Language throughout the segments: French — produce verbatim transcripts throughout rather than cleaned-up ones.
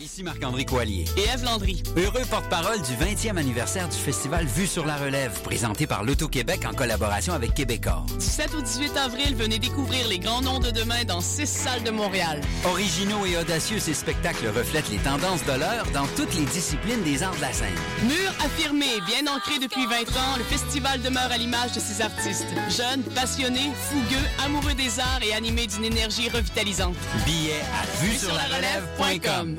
Ici Marc-André Coallier. Et Ève Landry. Heureux porte-parole du vingtième anniversaire du festival Vue sur la Relève, présenté par l'Auto-Québec en collaboration avec Québecor. Du sept au dix-huit avril, venez découvrir les grands noms de demain dans six salles de Montréal. Originaux et audacieux, ces spectacles reflètent les tendances de l'heure dans toutes les disciplines des arts de la scène. Mur affirmé, bien ancré depuis vingt ans, le festival demeure à l'image de ses artistes. Jeunes, passionnés, fougueux, amoureux des arts et animés d'une énergie revitalisante. Billets à vue sur la relève point com.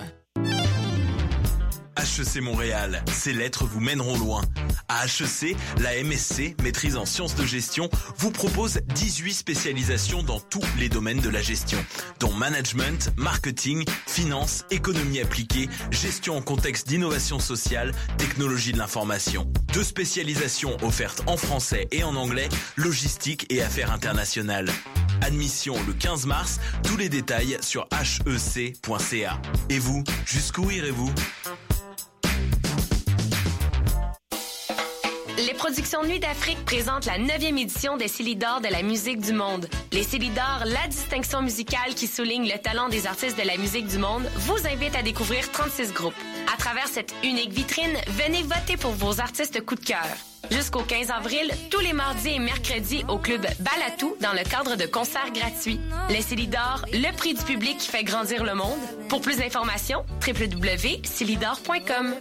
H E C Montréal, ces lettres vous mèneront loin. À H E C, la M S C, maîtrise en sciences de gestion, vous propose dix-huit spécialisations dans tous les domaines de la gestion, dont management, marketing, finance, économie appliquée, gestion en contexte d'innovation sociale, technologie de l'information. Deux spécialisations offertes en français et en anglais, logistique et affaires internationales. Admission le quinze mars, tous les détails sur h e c point c a. Et vous, jusqu'où irez-vous ? Les productions Nuit d'Afrique présentent la neuvième édition des Célidors de la musique du monde. Les Célidors, la distinction musicale qui souligne le talent des artistes de la musique du monde, vous invite à découvrir trente-six groupes. À travers cette unique vitrine, venez voter pour vos artistes coup de cœur. Jusqu'au quinze avril, tous les mardis et mercredis au club Balatou dans le cadre de concerts gratuits. Les Célidors, le prix du public qui fait grandir le monde. Pour plus d'informations, w w w point célidor point com.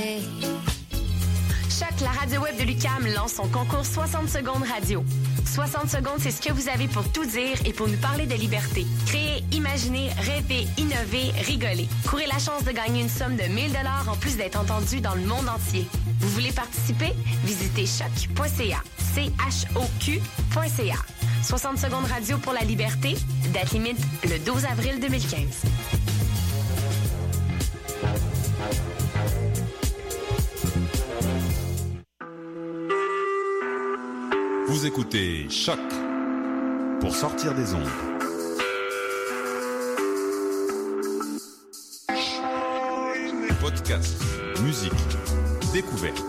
Choc, la radio web de l'U Q A M lance son concours soixante secondes radio. soixante secondes, c'est ce que vous avez pour tout dire et pour nous parler de liberté. Créer, imaginer, rêver, innover, rigoler. Courez la chance de gagner une somme de mille dollars en plus d'être entendu dans le monde entier. Vous voulez participer? Visitez choc point c a. C H O Q point c a. soixante secondes radio pour la liberté. Date limite le douze avril deux mille quinze. Vous écoutez Choc pour sortir des ondes. Podcast, musique, découverte.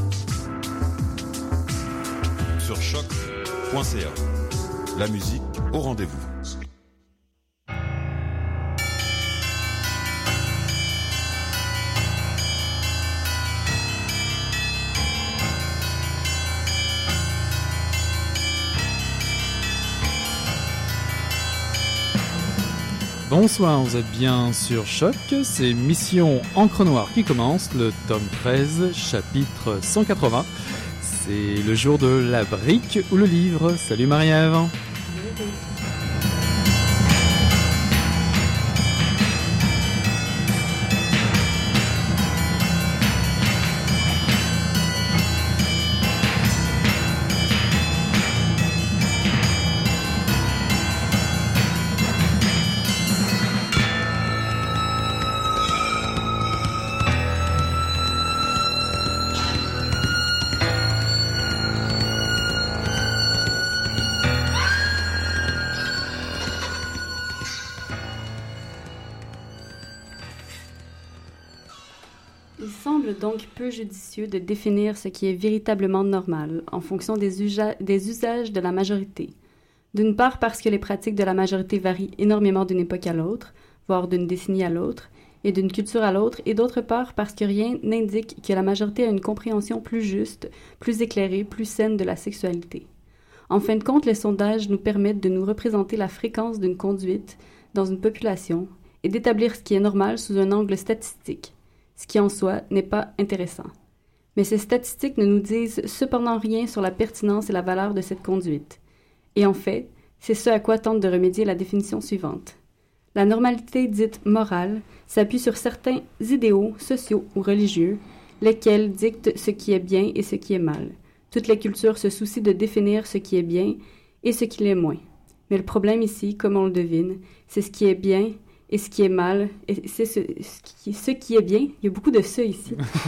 Sur choc point c a. La musique au rendez-vous. Bonsoir, vous êtes bien sur Choc, c'est Mission Encre Noire qui commence, le tome treize, chapitre cent quatre-vingts. C'est le jour de la brique ou le livre. Salut Marie-Ève. Donc peu judicieux de définir ce qui est véritablement normal en fonction des, usa- des usages de la majorité. D'une part parce que les pratiques de la majorité varient énormément d'une époque à l'autre, voire d'une décennie à l'autre, et d'une culture à l'autre, et d'autre part parce que rien n'indique que la majorité a une compréhension plus juste, plus éclairée, plus saine de la sexualité. En fin de compte, les sondages nous permettent de nous représenter la fréquence d'une conduite dans une population et d'établir ce qui est normal sous un angle statistique, ce qui en soi n'est pas intéressant. Mais ces statistiques ne nous disent cependant rien sur la pertinence et la valeur de cette conduite. Et en fait, c'est ce à quoi tente de remédier la définition suivante. La normalité dite morale s'appuie sur certains idéaux sociaux ou religieux, lesquels dictent ce qui est bien et ce qui est mal. Toutes les cultures se soucient de définir ce qui est bien et ce qui l'est moins. Mais le problème ici, comme on le devine, c'est ce qui est bien et ce qui est mal, et c'est ce, ce, qui, ce qui est bien, il y a beaucoup de ça ici,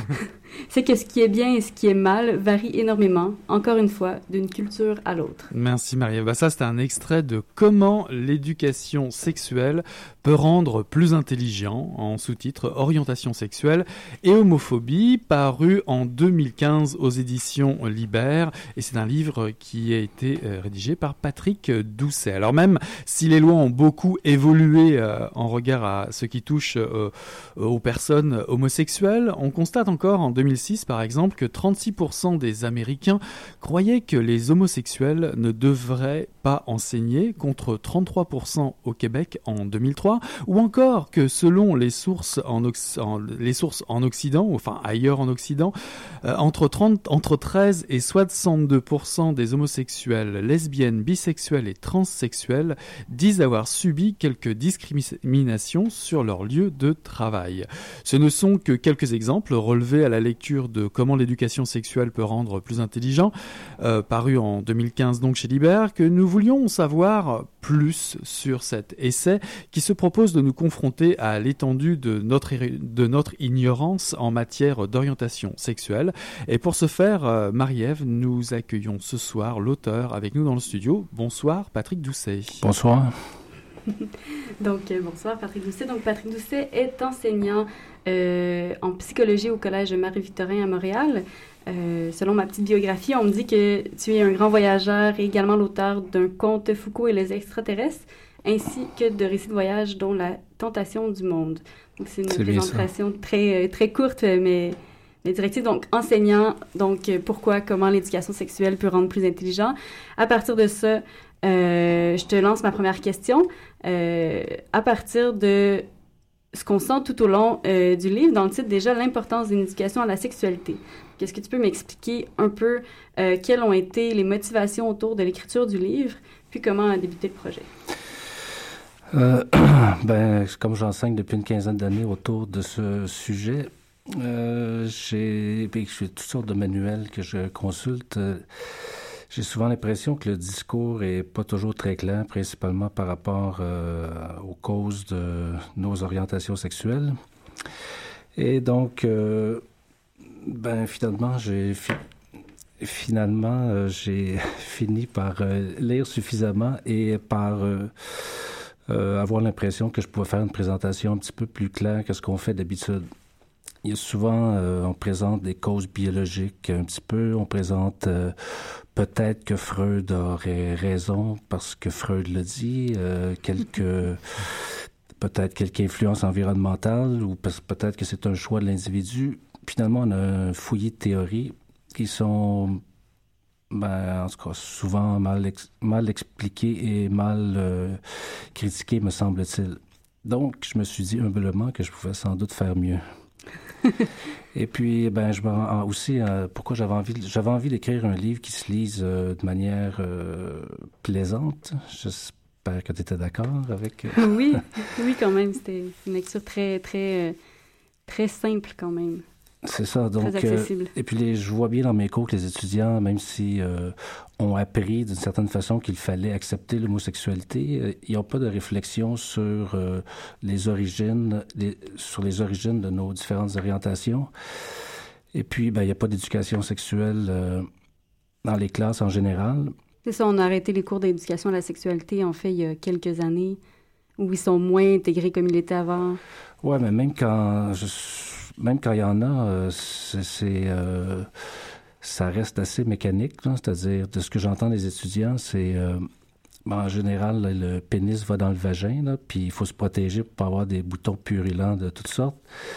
c'est que ce qui est bien et ce qui est mal varie énormément, encore une fois, d'une culture à l'autre. Merci Marie-Ève. Bah ça, c'était un extrait de Comment l'éducation sexuelle peut rendre plus intelligent, en sous-titre Orientation sexuelle et homophobie, paru en deux mille quinze aux éditions Libère. Et c'est un livre qui a été euh, rédigé par Patrick Doucet. Alors même si les lois ont beaucoup évolué euh, en regard à ce qui touche euh, aux personnes homosexuelles, on constate encore en deux mille six, par exemple, que trente-six pour cent des Américains croyaient que les homosexuels ne devraient pas enseigner, contre trente-trois pour cent au Québec en deux mille trois, ou encore que selon les sources en, Occ- en, les sources en Occident, enfin ailleurs en Occident, euh, entre, trente, entre treize et soixante-deux pour cent des homosexuels, lesbiennes, bisexuels et transsexuels disent avoir subi quelques discriminations sur leur lieu de travail. Ce ne sont que quelques exemples relevés à la lecture de Comment l'éducation sexuelle peut rendre plus intelligent, euh, paru en deux mille quinze donc chez Libère, que nous voulions savoir plus sur cet essai qui se propose de nous confronter à l'étendue de notre, de notre ignorance en matière d'orientation sexuelle. Et pour ce faire, euh, Marie-Ève, nous accueillons ce soir l'auteur avec nous dans le studio. Bonsoir Patrick Doucet. Bonsoir. Donc, euh, bonsoir Patrick Doucet. Donc, Patrick Doucet est enseignant euh, en psychologie au Collège Marie-Victorin à Montréal. Euh, selon ma petite biographie, on me dit que tu es un grand voyageur et également l'auteur d'un conte Foucault et les extraterrestres, ainsi que de récits de voyage dont La tentation du monde. Donc, c'est une c'est présentation très, très courte, mais, mais directive. Donc, enseignant, donc pourquoi, comment l'éducation sexuelle peut rendre plus intelligent. À partir de ça, euh, je te lance ma première question. Euh, à partir de ce qu'on sent tout au long euh, du livre, dans le titre déjà, l'importance d'une éducation à la sexualité. Est-ce que tu peux m'expliquer un peu euh, quelles ont été les motivations autour de l'écriture du livre, puis comment a débuté le projet? Euh, ben, comme j'enseigne depuis une quinzaine d'années autour de ce sujet, euh, j'ai, ben, j'ai toutes sortes de manuels que je consulte. Euh, j'ai souvent l'impression que le discours est pas toujours très clair, principalement par rapport euh, aux causes de nos orientations sexuelles. Et donc, euh, ben finalement, j'ai fi- finalement euh, j'ai fini par euh, lire suffisamment et par euh, euh, avoir l'impression que je pouvais faire une présentation un petit peu plus claire que ce qu'on fait d'habitude. Il y a souvent, euh, on présente des causes biologiques un petit peu, on présente euh, peut-être que Freud aurait raison parce que Freud l'a dit, euh, quelques peut-être quelques influences environnementales ou peut-être que c'est un choix de l'individu. Finalement, on a un fouillis de théories qui sont, ben, en tout cas, souvent mal, ex- mal expliquées et mal euh, critiquées, me semble-t-il. Donc, je me suis dit humblement que je pouvais sans doute faire mieux. Et puis, ben, je me rends aussi, euh, pourquoi j'avais envie, j'avais envie d'écrire un livre qui se lise euh, de manière euh, plaisante. J'espère que tu étais d'accord avec... Euh... Oui, oui, quand même. C'était une lecture très, très, euh, très simple quand même. C'est ça, donc... Très accessible. Euh, et puis, les, je vois bien dans mes cours que les étudiants, même si euh, ont appris d'une certaine façon qu'il fallait accepter l'homosexualité, euh, ils n'ont pas de réflexion sur euh, les origines, les, sur les origines de nos différentes orientations. Et puis, ben, il n'y a pas d'éducation sexuelle euh, dans les classes en général. C'est ça, on a arrêté les cours d'éducation à la sexualité, en fait, il y a quelques années, où ils sont moins intégrés comme ils étaient avant. Oui, mais même quand... Je, Même quand il y en a, euh, c'est, c'est, euh, ça reste assez mécanique. Là, c'est-à-dire, de ce que j'entends des étudiants, c'est euh, ben, en général, là, le pénis va dans le vagin, là, puis il faut se protéger pour pas avoir des boutons purulents de toutes sortes.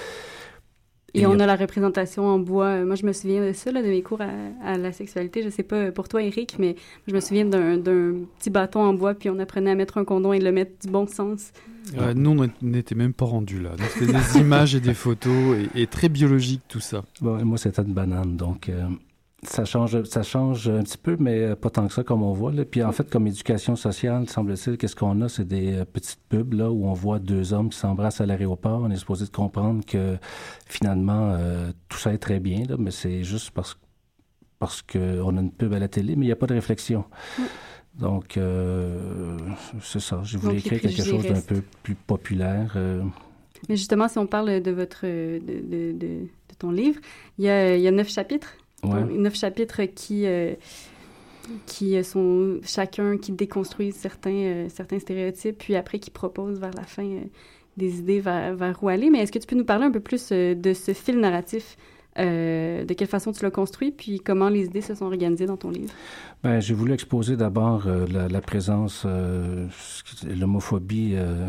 Et, Et on a... a la représentation en bois. Moi, je me souviens de ça, là, de mes cours à, à la sexualité. Je sais pas pour toi, Éric, mais je me souviens d'un, d'un petit bâton en bois, puis on apprenait à mettre un condom et le mettre du bon sens. Euh, nous, on n'était même pas rendus là. Donc, c'était des images et des photos, et, et très biologique, tout ça. Bon, moi, c'était une banane, donc... Euh... Ça change, ça change un petit peu, mais pas tant que ça comme on voit. Là. Puis en fait, comme éducation sociale, semble-t-il, qu'est-ce qu'on a? C'est des euh, petites pubs là, où on voit deux hommes qui s'embrassent à l'aéroport. On est supposé de comprendre que finalement, euh, tout ça est très bien, là, mais c'est juste parce, parce qu'on a une pub à la télé, mais il n'y a pas de réflexion. Mm. Donc, euh, c'est ça. J'ai voulu écrire quelque chose d'un peu plus populaire. Euh... Mais justement, si on parle de votre de, de, de, de ton livre, il y a, il y a neuf chapitres. Ouais. Neuf chapitres qui, euh, qui sont chacun qui déconstruisent certains, euh, certains stéréotypes, puis après qui proposent vers la fin euh, des idées vers, vers où aller. Mais est-ce que tu peux nous parler un peu plus euh, de ce fil narratif? Euh, de quelle façon tu l'as construit, puis comment les idées se sont organisées dans ton livre? Ben, j'ai voulu exposer d'abord euh, la, la présence, euh, l'homophobie euh,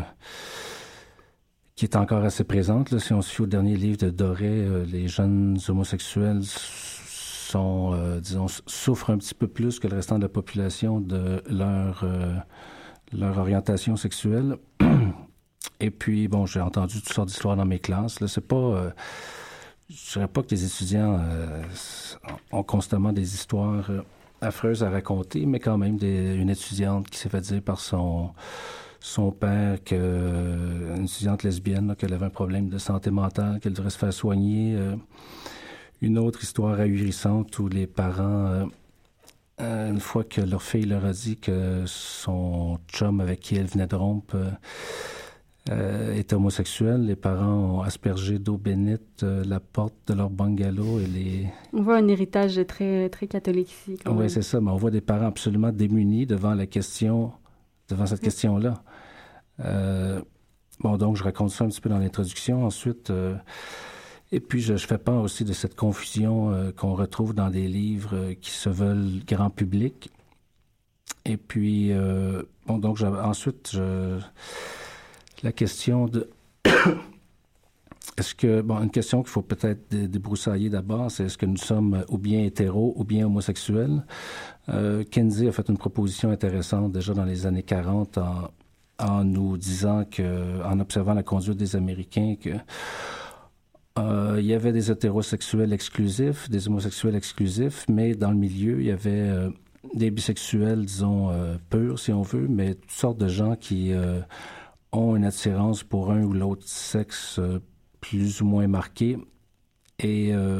qui est encore assez présente. Là. Si on se fie au dernier livre de Doré, euh, les jeunes homosexuels sont, euh, disons, souffrent un petit peu plus que le restant de la population de leur, euh, leur orientation sexuelle. Et puis, bon, j'ai entendu toutes sortes d'histoires dans mes classes. Là, c'est pas... Euh, Je dirais pas que les étudiants euh, ont constamment des histoires euh, affreuses à raconter, mais quand même des, une étudiante qui s'est fait dire par son son père que euh, une étudiante lesbienne là, qu'elle avait un problème de santé mentale, qu'elle devrait se faire soigner. Euh, une autre histoire ahurissante où les parents, euh, euh, une fois que leur fille leur a dit que son chum avec qui elle venait de rompre euh, Euh, étaient homosexuels, les parents ont aspergé d'eau bénite euh, la porte de leur bungalow et les... On voit un héritage très, très catholique ici. Oui, c'est ça, mais on voit des parents absolument démunis devant la question, devant cette oui. question-là. Euh, bon, donc, je raconte ça un petit peu dans l'introduction. Ensuite, euh, et puis, je, je fais part aussi de cette confusion euh, qu'on retrouve dans des livres euh, qui se veulent grand public. Et puis, euh, bon, donc, je, ensuite, je... La question de... Est-ce que... Bon, une question qu'il faut peut-être dé- débroussailler d'abord, c'est est-ce que nous sommes ou bien hétéros ou bien homosexuels? Euh, Kinsey a fait une proposition intéressante déjà dans les années quarante en, en nous disant que, en observant la conduite des Américains, que euh, il y avait des hétérosexuels exclusifs, des homosexuels exclusifs, mais dans le milieu, il y avait euh, des bisexuels, disons, euh, purs, si on veut, mais toutes sortes de gens qui... Euh, ont une attirance pour un ou l'autre sexe euh, plus ou moins marqué. Et, euh,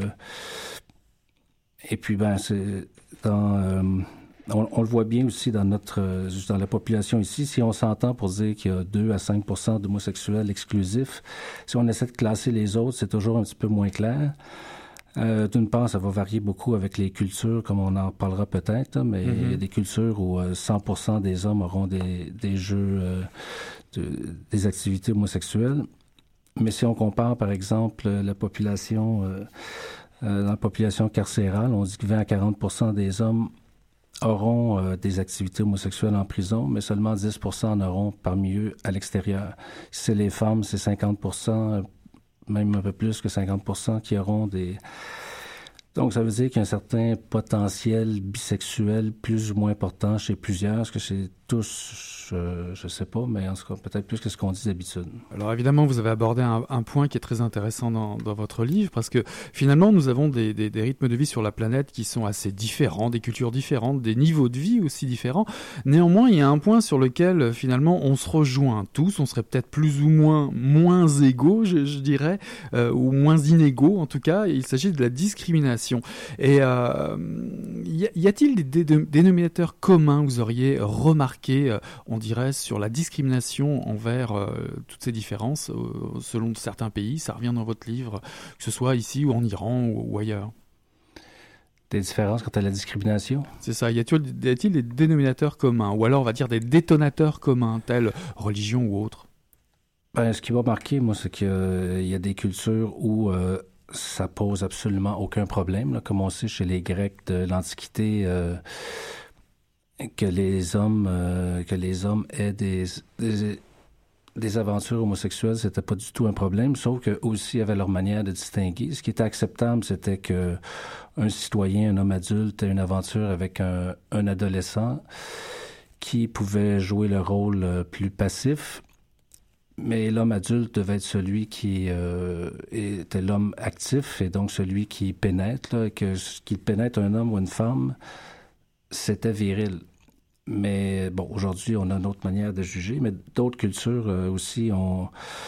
et puis, ben, c'est dans... Euh, on, on le voit bien aussi dans notre... Euh, dans la population ici, si on s'entend pour dire qu'il y a deux à cinq pour cent d'homosexuels exclusifs, si on essaie de classer les autres, c'est toujours un petit peu moins clair. Euh, d'une part, ça va varier beaucoup avec les cultures, comme on en parlera peut-être, hein, mais mm-hmm. il y a des cultures où euh, cent pour cent des hommes auront des, des jeux... Euh, De, des activités homosexuelles. Mais si on compare, par exemple, la population, euh, euh, dans la population carcérale, on dit que vingt à quarante pour cent des hommes auront euh, des activités homosexuelles en prison, mais seulement dix pour cent en auront parmi eux à l'extérieur. Si c'est les femmes, c'est cinquante pour cent, même un peu plus que cinquante pour cent qui auront des... Donc, ça veut dire qu'il y a un certain potentiel bisexuel plus ou moins important chez plusieurs. Est-ce que c'est tous, je ne sais pas, mais en tout cas, peut-être plus que ce qu'on dit d'habitude. Alors, évidemment, vous avez abordé un, un point qui est très intéressant dans, dans votre livre, parce que finalement, nous avons des, des, des rythmes de vie sur la planète qui sont assez différents, des cultures différentes, des niveaux de vie aussi différents. Néanmoins, il y a un point sur lequel, finalement, on se rejoint tous. On serait peut-être plus ou moins moins égaux, je, je dirais, euh, ou moins inégaux, en tout cas. Il s'agit de la discrimination. Et euh, y, y a-t-il des, des, des dénominateurs communs que vous auriez remarqué, euh, on dirait, sur la discrimination envers euh, toutes ces différences euh, selon certains pays? Ça revient dans votre livre, que ce soit ici ou en Iran ou, ou ailleurs. Des différences quant à la discrimination? C'est ça. Y a-t-il, y a-t-il des dénominateurs communs? Ou alors, on va dire, des détonateurs communs, tels religion ou autre? Ben, ce qui m'a marqué, moi, c'est qu'il euh, y a des cultures où... Euh, ça pose absolument aucun problème, là, comme on sait chez les Grecs de l'Antiquité, euh, que les hommes euh, que les hommes aient des, des, des aventures homosexuelles, c'était pas du tout un problème, sauf qu'eux aussi avaient leur manière de distinguer. Ce qui était acceptable, c'était que un citoyen, un homme adulte, ait une aventure avec un, un adolescent qui pouvait jouer le rôle euh, plus passif. Mais l'homme adulte devait être celui qui euh, était l'homme actif et donc celui qui pénètre. Là, que qu'il pénètre un homme ou une femme, c'était viril. Mais bon, aujourd'hui, on a une autre manière de juger, mais d'autres cultures euh, aussi ont,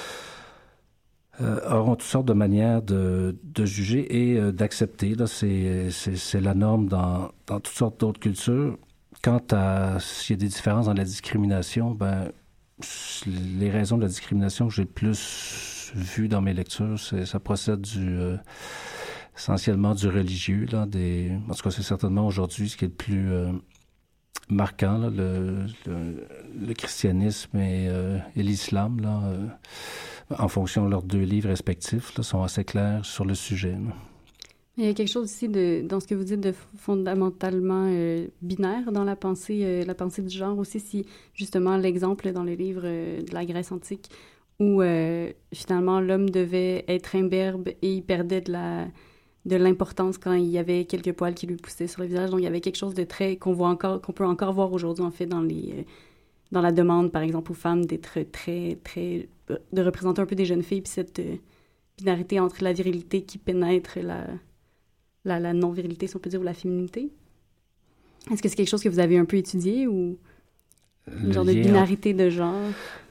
euh, auront toutes sortes de manières de, de juger et euh, d'accepter. Là, c'est, c'est, c'est la norme dans, dans toutes sortes d'autres cultures. Quant à s'il y a des différences dans la discrimination, ben les raisons de la discrimination que j'ai le plus vu dans mes lectures, c'est, ça procède du euh, essentiellement du religieux, là, des, en tout cas, c'est certainement aujourd'hui ce qui est le plus euh, marquant, là, le, le, le christianisme et, euh, et l'islam, là, euh, en fonction de leurs deux livres respectifs, là, sont assez clairs sur le sujet. Là. Il y a quelque chose aussi de, dans ce que vous dites de fondamentalement euh, binaire dans la pensée, euh, la pensée du genre aussi, si justement l'exemple dans les livres euh, de la Grèce antique où euh, finalement l'homme devait être imberbe et il perdait de la de l'importance quand il y avait quelques poils qui lui poussaient sur le visage. Donc il y avait quelque chose de très qu'on voit encore, qu'on peut encore voir aujourd'hui en fait dans les euh, dans la demande par exemple aux femmes d'être très très de représenter un peu des jeunes filles, puis cette euh, binarité entre la virilité qui pénètre la La, la non-virilité, si on peut dire, ou la féminité. Est-ce que c'est quelque chose que vous avez un peu étudié ou une genre de binarité de genre?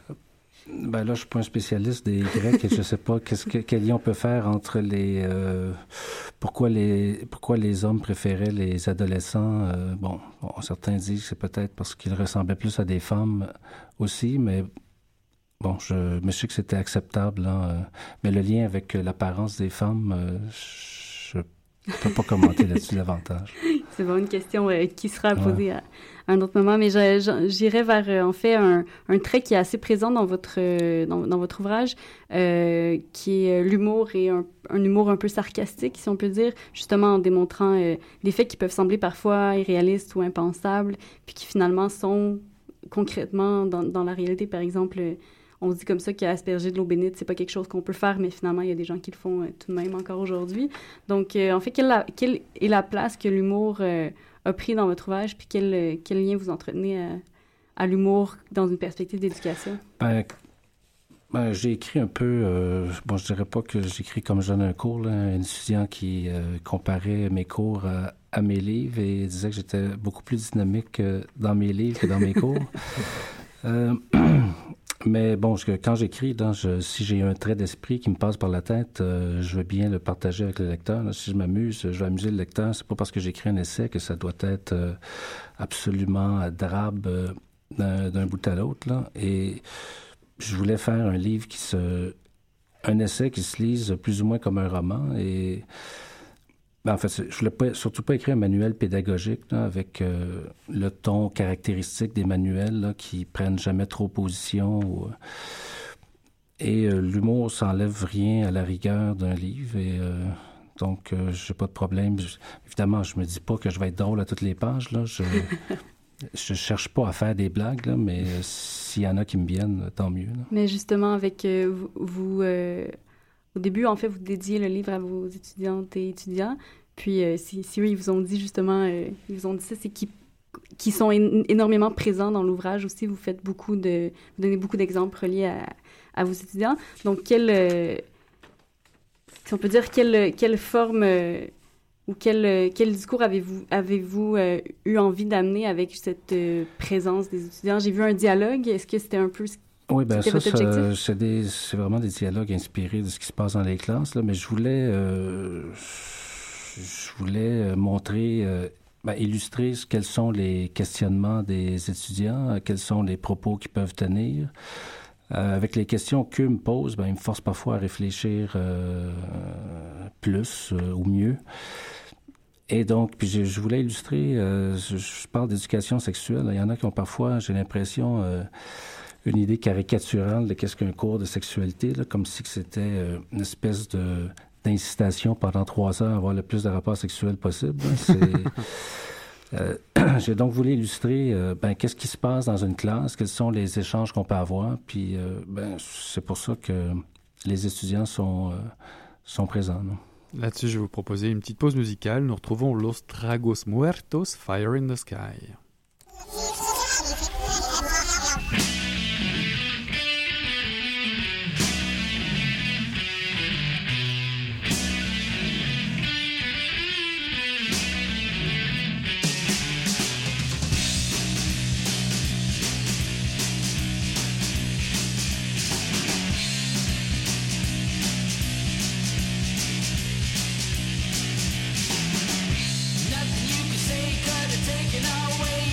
Ben là, je suis pas un spécialiste des Grecs et je sais pas qu'est-ce que, quel lien on peut faire entre les... Euh, pourquoi les pourquoi les hommes préféraient les adolescents. Euh, bon, bon, certains disent que c'est peut-être parce qu'ils ressemblaient plus à des femmes aussi, mais... Bon, je me sais que c'était acceptable, là, euh, mais le lien avec l'apparence des femmes, euh, je Je ne peux pas commenter là-dessus davantage. C'est bon, une question euh, qui sera posée ouais. à, à un autre moment, mais je, je, j'irai vers, euh, en fait, un, un trait qui est assez présent dans votre, euh, dans, dans votre ouvrage, euh, qui est l'humour et un, un humour un peu sarcastique, si on peut dire, justement en démontrant euh, des faits qui peuvent sembler parfois irréalistes ou impensables, puis qui finalement sont concrètement dans, dans la réalité. Par exemple, euh, on se dit comme ça qu'asperger de l'eau bénite, c'est pas quelque chose qu'on peut faire, mais finalement, il y a des gens qui le font euh, tout de même encore aujourd'hui. Donc, euh, en fait, quelle, la, quelle est la place que l'humour euh, a pris dans votre ouvrage, puis quel, euh, quel lien vous entretenez à, à l'humour dans une perspective d'éducation? Ben, ben j'ai écrit un peu, euh, bon, je dirais pas que j'écris comme je donne un cours, là, un étudiant qui euh, comparait mes cours à, à mes livres et disait que j'étais beaucoup plus dynamique euh, dans mes livres que dans mes cours. euh, Mais bon, je, quand j'écris, là, je, si j'ai un trait d'esprit qui me passe par la tête, euh, je veux bien le partager avec le lecteur. Là. Si je m'amuse, je veux amuser le lecteur. C'est pas parce que j'écris un essai que ça doit être euh, absolument drabe euh, d'un, d'un bout à l'autre. Là. Et je voulais faire un livre qui se... un essai qui se lise plus ou moins comme un roman. Et... Ben, en fait, je voulais pas, surtout pas écrire un manuel pédagogique là, avec euh, le ton caractéristique des manuels là, qui prennent jamais trop position. Ou... Et euh, l'humour s'enlève rien à la rigueur d'un livre. Et euh, donc, euh, j'ai pas de problème. Je... Évidemment, je me dis pas que je vais être drôle à toutes les pages. Là. Je je cherche pas à faire des blagues, là, mais euh, s'il y en a qui me viennent, tant mieux. Là. Mais justement, avec euh, vous... vous euh... Au début, en fait, vous dédiez le livre à vos étudiantes et étudiants. Puis, euh, si, si eux, ils vous ont dit justement, euh, ils vous ont dit ça, c'est qu'ils, qu'ils sont é- énormément présents dans l'ouvrage aussi. Vous faites beaucoup de, vous donnez beaucoup d'exemples reliés à, à vos étudiants. Donc, quelle, euh, si on peut dire, quelle, quelle forme euh, ou quel, quel discours avez-vous, avez-vous euh, eu envie d'amener avec cette euh, présence des étudiants? J'ai vu un dialogue. Est-ce que c'était un peu ce Oui, bien ça, ça c'est, des, c'est vraiment des dialogues inspirés de ce qui se passe dans les classes, là, mais je voulais, euh, je voulais montrer, euh, ben, illustrer quels sont les questionnements des étudiants, quels sont les propos qu'ils peuvent tenir. Euh, avec les questions qu'eux me posent, ben, ils me forcent parfois à réfléchir euh, plus euh, ou mieux. Et donc, puis je, je voulais illustrer, euh, je, je parle d'éducation sexuelle, il y en a qui ont parfois, j'ai l'impression... Euh, une idée caricaturale de qu'est-ce qu'un cours de sexualité, là, comme si c'était euh, une espèce de d'incitation pendant trois heures à avoir le plus de rapports sexuels possible. Hein. C'est, euh, j'ai donc voulu illustrer euh, ben, qu'est-ce qui se passe dans une classe, quels sont les échanges qu'on peut avoir, puis euh, ben, c'est pour ça que les étudiants sont, euh, sont présents. Non? Là-dessus, je vais vous proposer une petite pause musicale. Nous retrouvons Los Tragos Muertos, Fire in the Sky. Nothing you can say could have taken away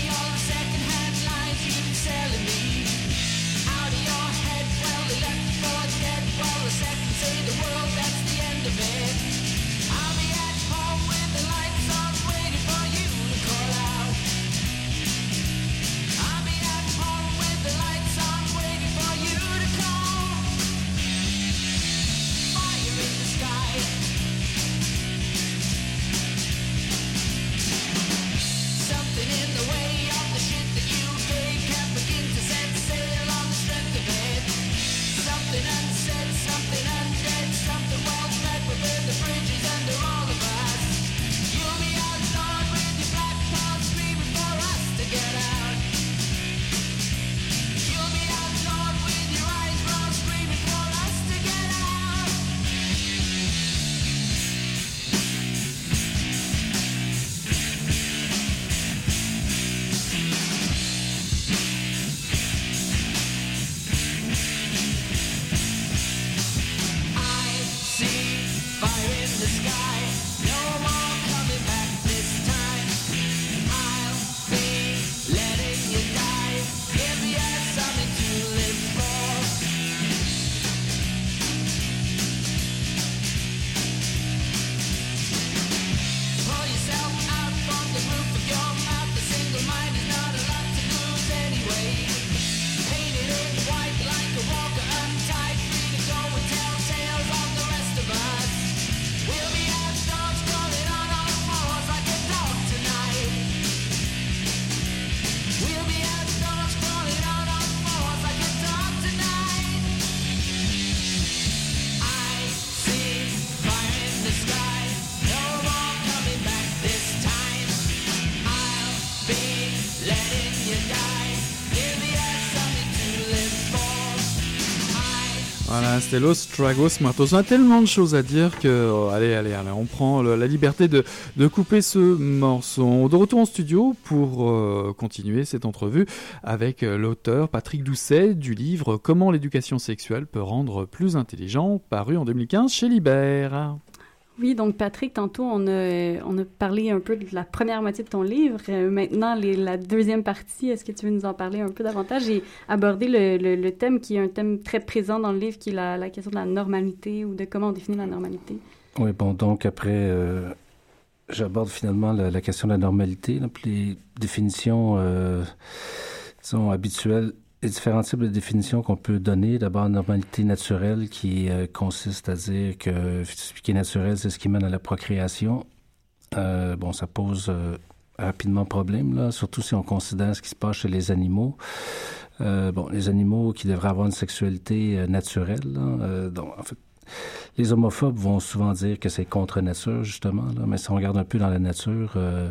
Voilà, c'était Los Tragos Muertos. On a tellement de choses à dire que, oh, allez, allez, allez, on prend le, la liberté de, de couper ce morceau. De retour en studio pour euh, continuer cette entrevue avec euh, l'auteur Patrick Doucet du livre « Comment l'éducation sexuelle peut rendre plus intelligent », paru en deux mille quinze chez Libert. Oui, donc Patrick, tantôt, on a, on a parlé un peu de la première moitié de ton livre. Euh, maintenant, les, la deuxième partie, est-ce que tu veux nous en parler un peu davantage? J'ai abordé le, le, le thème qui est un thème très présent dans le livre, qui est la, la question de la normalité ou de comment on définit la normalité. Oui, bon, donc après, euh, j'aborde finalement la, la question de la normalité, là, puis les définitions, euh, disons, habituelles. Il y a différents types de définitions qu'on peut donner. D'abord, normalité naturelle qui euh, consiste à dire que ce qui est naturel, c'est ce qui mène à la procréation. Euh, bon, ça pose euh, rapidement problème, là, surtout si on considère ce qui se passe chez les animaux. Euh, bon, les animaux qui devraient avoir une sexualité euh, naturelle. Là, euh, donc, en fait, les homophobes vont souvent dire que c'est contre nature, justement. Là, mais si on regarde un peu dans la nature, euh,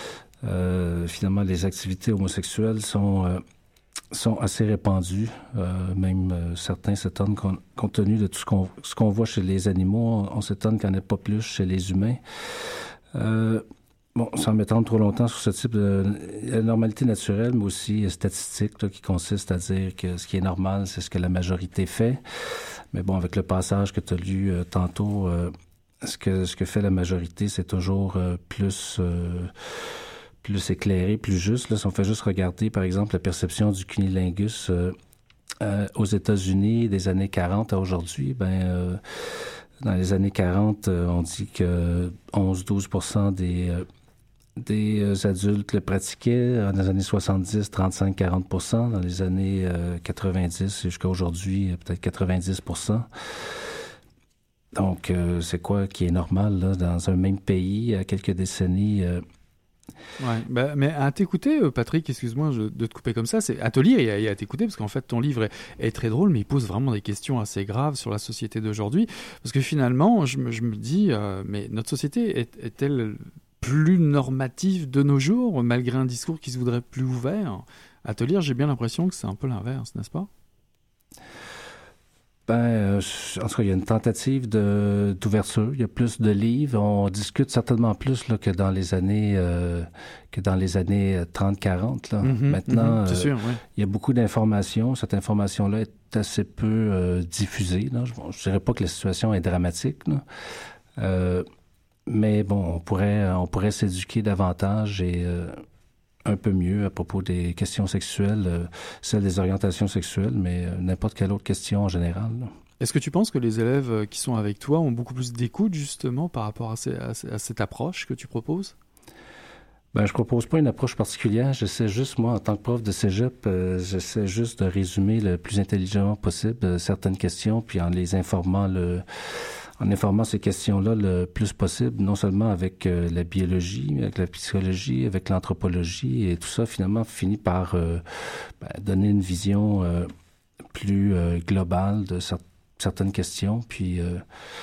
euh, finalement, les activités homosexuelles sont... Euh, sont assez répandus. Euh, même euh, certains s'étonnent qu'on, compte tenu de tout ce qu'on, ce qu'on voit chez les animaux, on, on s'étonne qu'il n'y en ait pas plus chez les humains. Euh, bon, sans m'étendre trop longtemps sur ce type de la normalité naturelle, mais aussi statistique, là, qui consiste à dire que ce qui est normal, c'est ce que la majorité fait. Mais bon, avec le passage que tu as lu euh, tantôt, euh, ce que, ce que fait la majorité, c'est toujours euh, plus... Euh, plus éclairé, plus juste. Là, si on fait juste regarder, par exemple, la perception du cunnilingus euh, euh, aux États-Unis des années quarante à aujourd'hui, ben, euh, dans les années quarante, euh, on dit que onze à douze pour cent des, euh, des adultes le pratiquaient. Dans les années soixante-dix, trente-cinq à quarante pour cent. Dans les années euh, quatre-vingt-dix jusqu'à aujourd'hui, peut-être quatre-vingt-dix pour cent. Donc, euh, c'est quoi qui est normal, là, dans un même pays, à quelques décennies... Euh, Ouais, bah, mais à t'écouter, Patrick, excuse-moi de te couper comme ça, c'est à te lire et à, à t'écouter, parce qu'en fait, ton livre est, est très drôle, mais il pose vraiment des questions assez graves sur la société d'aujourd'hui. Parce que finalement, je me, je me dis, euh, mais notre société est, est-elle plus normative de nos jours, malgré un discours qui se voudrait plus ouvert? À te lire, j'ai bien l'impression que c'est un peu l'inverse, n'est-ce pas? Ben, euh, en tout cas, il y a une tentative de, d'ouverture. Il y a plus de livres. On discute certainement plus là, que dans les années euh, que dans les années trente quarante. Là. Mm-hmm, Maintenant, mm-hmm, c'est euh, sûr, ouais. Il y a beaucoup d'informations. Cette information-là est assez peu euh, diffusée. Là. Je ne dirais pas que la situation est dramatique, là. Euh, mais bon, on pourrait on pourrait s'éduquer davantage et euh, un peu mieux à propos des questions sexuelles, euh, celles des orientations sexuelles, mais euh, n'importe quelle autre question en général. Là. Est-ce que tu penses que les élèves qui sont avec toi ont beaucoup plus d'écoute, justement, par rapport à, ces, à, à cette approche que tu proposes? Ben, je propose pas une approche particulière. J'essaie juste, moi, en tant que prof de cégep, euh, j'essaie juste de résumer le plus intelligemment possible euh, certaines questions, puis en les informant le... en informant ces questions-là le plus possible, non seulement avec euh, la biologie, mais avec la psychologie, avec l'anthropologie, et tout ça, finalement, finit par euh, ben, donner une vision euh, plus euh, globale de cer- certaines questions. Puis, euh,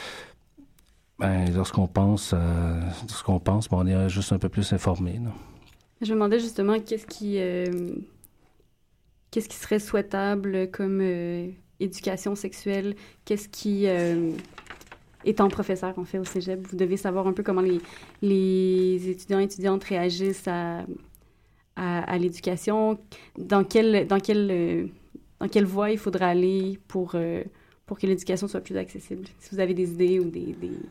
ben, lorsqu'on pense, à, lorsqu'on pense, ben, on est juste un peu plus informé. Là. Je me demandais justement qu'est-ce qui, euh, qu'est-ce qui serait souhaitable comme euh, éducation sexuelle, qu'est-ce qui... Euh, Étant professeur, en fait, au cégep, vous devez savoir un peu comment les, les étudiants et étudiantes réagissent à, à, à l'éducation, dans quelle, dans, quelle, dans quelle voie il faudra aller pour, euh, pour que l'éducation soit plus accessible. Si vous avez des idées ou des... des...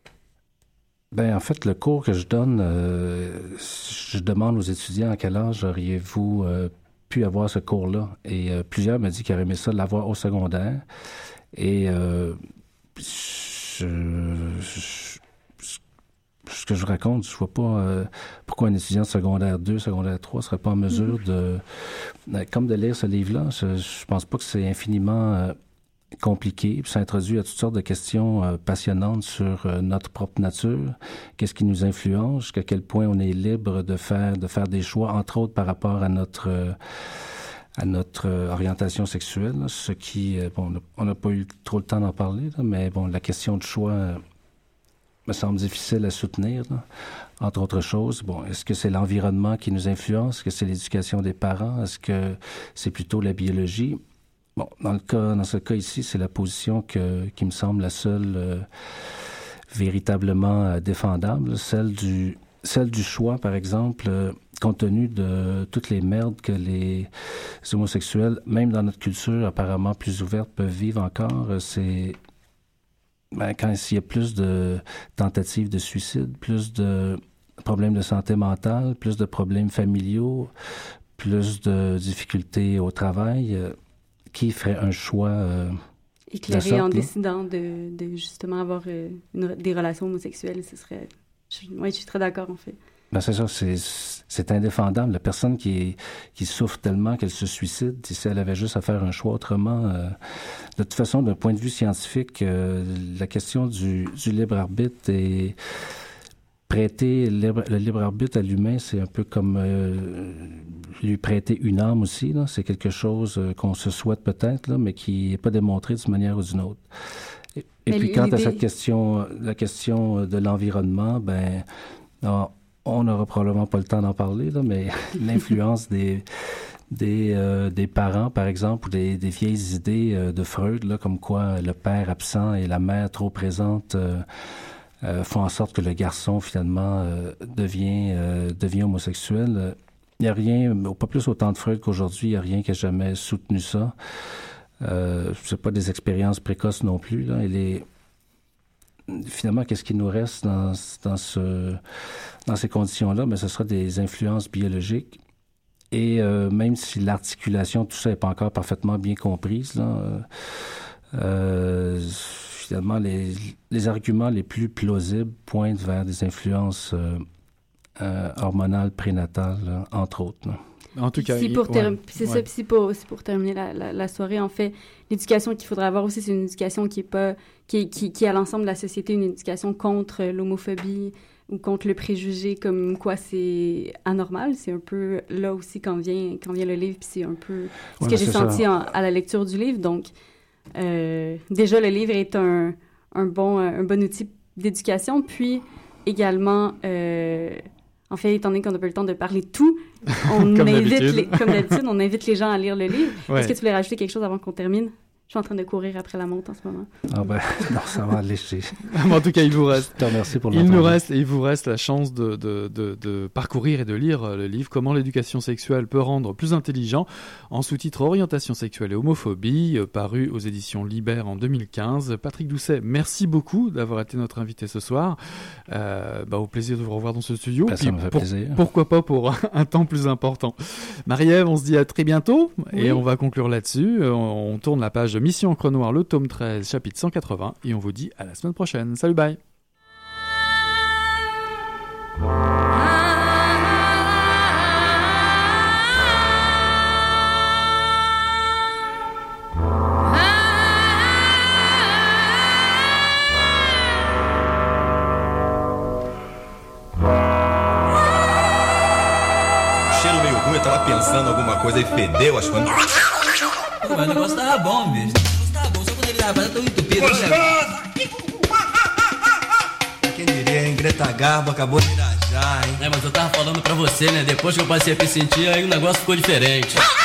Ben en fait, le cours que je donne, euh, je demande aux étudiants à quel âge auriez-vous euh, pu avoir ce cours-là. Et euh, plusieurs m'ont dit qu'ils auraient aimé ça l'avoir au secondaire. Et... Euh, Je, je, ce que je raconte, je vois pas euh, pourquoi un étudiant de secondaire deux, secondaire trois serait pas en mesure de, comme de lire ce livre-là. Je, je pense pas que c'est infiniment euh, compliqué. Puis ça introduit à toutes sortes de questions euh, passionnantes sur euh, notre propre nature, qu'est-ce qui nous influence, jusqu'à quel point on est libre de faire de faire des choix, entre autres par rapport à notre euh, à notre euh, orientation sexuelle, là, ce qui, euh, bon, on n'a pas eu trop le temps d'en parler, là, mais bon, la question de choix euh, me semble difficile à soutenir, là, entre autres choses. Bon, est-ce que c'est l'environnement qui nous influence? Est-ce que c'est l'éducation des parents? Est-ce que c'est plutôt la biologie? bon, dans le cas, dans ce cas ici, c'est la position que, qui me semble la seule euh, véritablement euh, défendable, celle du, celle du choix, par exemple, euh, compte tenu de toutes les merdes que les homosexuels, même dans notre culture apparemment plus ouverte, peuvent vivre encore, euh, c'est ben, quand il y a plus de tentatives de suicide, plus de problèmes de santé mentale, plus de problèmes familiaux, plus de difficultés au travail, euh, qui ferait un choix euh, éclairé de en sorte, décidant de, de justement avoir euh, une, des relations homosexuelles, ce serait... Oui, je suis très d'accord, en fait. Ben c'est ça, c'est, c'est indéfendable. La personne qui, qui souffre tellement qu'elle se suicide, si elle avait juste à faire un choix autrement... Euh, de toute façon, d'un point de vue scientifique, euh, la question du, du libre arbitre est... Prêter le libre, le libre arbitre à l'humain, c'est un peu comme euh, lui prêter une âme aussi. Là. C'est quelque chose euh, qu'on se souhaite peut-être, là, mais qui n'est pas démontré d'une manière ou d'une autre. Et, et puis quant à cette question, la question de l'environnement, ben, non, on n'aura probablement pas le temps d'en parler, là, mais l'influence des des, euh, des parents, par exemple, ou des, des vieilles idées euh, de Freud, là, comme quoi le père absent et la mère trop présente euh, Euh, font en sorte que le garçon, finalement, euh, devient, euh, devient homosexuel. Il n'y a rien, pas plus au temps de Freud qu'aujourd'hui, il n'y a rien qui a jamais soutenu ça. Euh, c'est pas des expériences précoces non plus, là. Et les... Finalement, qu'est-ce qui nous reste dans, dans, ce, dans ces conditions-là? Ben, ce sera des influences biologiques. Et euh, même si l'articulation, tout ça n'est pas encore parfaitement bien comprise, là, euh, euh, finalement, les, les arguments les plus plausibles pointent vers des influences euh, euh, hormonales prénatales, là, entre autres. Là. En tout cas, si pour ter- ouais, c'est ouais. ça. Si pour, si pour terminer la, la, la soirée, en fait, l'éducation qu'il faudrait avoir aussi, c'est une éducation qui est pas, qui, qui, qui est à l'ensemble de la société, une éducation contre l'homophobie ou contre le préjugé, comme quoi c'est anormal. C'est un peu là aussi quand vient, quand vient le livre, puis c'est un peu ce ouais, que j'ai senti en, à la lecture du livre. Donc, Euh, déjà, le livre est un, un, bon, un bon outil d'éducation, puis également, euh, en fait, étant donné qu'on n'a pas eu le temps de parler de tout, on comme invite, d'habitude. les, comme d'habitude, on invite les gens à lire le livre. Ouais. Est-ce que tu voulais rajouter quelque chose avant qu'on termine? Je suis en train de courir après la montre en ce moment. Ah ben, non, ça va lécher. En tout cas, il vous reste. Je te remercie pour Il l'entendre. nous reste, il vous reste la chance de, de, de, de parcourir et de lire le livre Comment l'éducation sexuelle peut rendre plus intelligent, en sous-titre Orientation sexuelle et homophobie, paru aux éditions Libère en deux mille quinze. Patrick Doucet, merci beaucoup d'avoir été notre invité ce soir. Euh, bah, au plaisir de vous revoir dans ce studio. Ben, ça Puis me fait pour, plaisir. Pourquoi pas pour un temps plus important. Marie-Ève, on se dit à très bientôt Oui. et on va conclure là-dessus. On, on tourne la page de Mission Encre Noire, le tome treize, chapitre cent quatre-vingts, et on vous dit à la semaine prochaine. Salut, bye. Cheiro meio ruim, eu tava pensando alguma coisa e fedeu as coisas. Mas o negócio tava bom, bicho. O negócio tava bom, só quando ele tava tão entupido. Quem diria, hein? Greta Garbo acabou de irajar, hein? É, mas eu tava falando pra você, né? Depois que eu passei a me sentir, aí o negócio ficou diferente.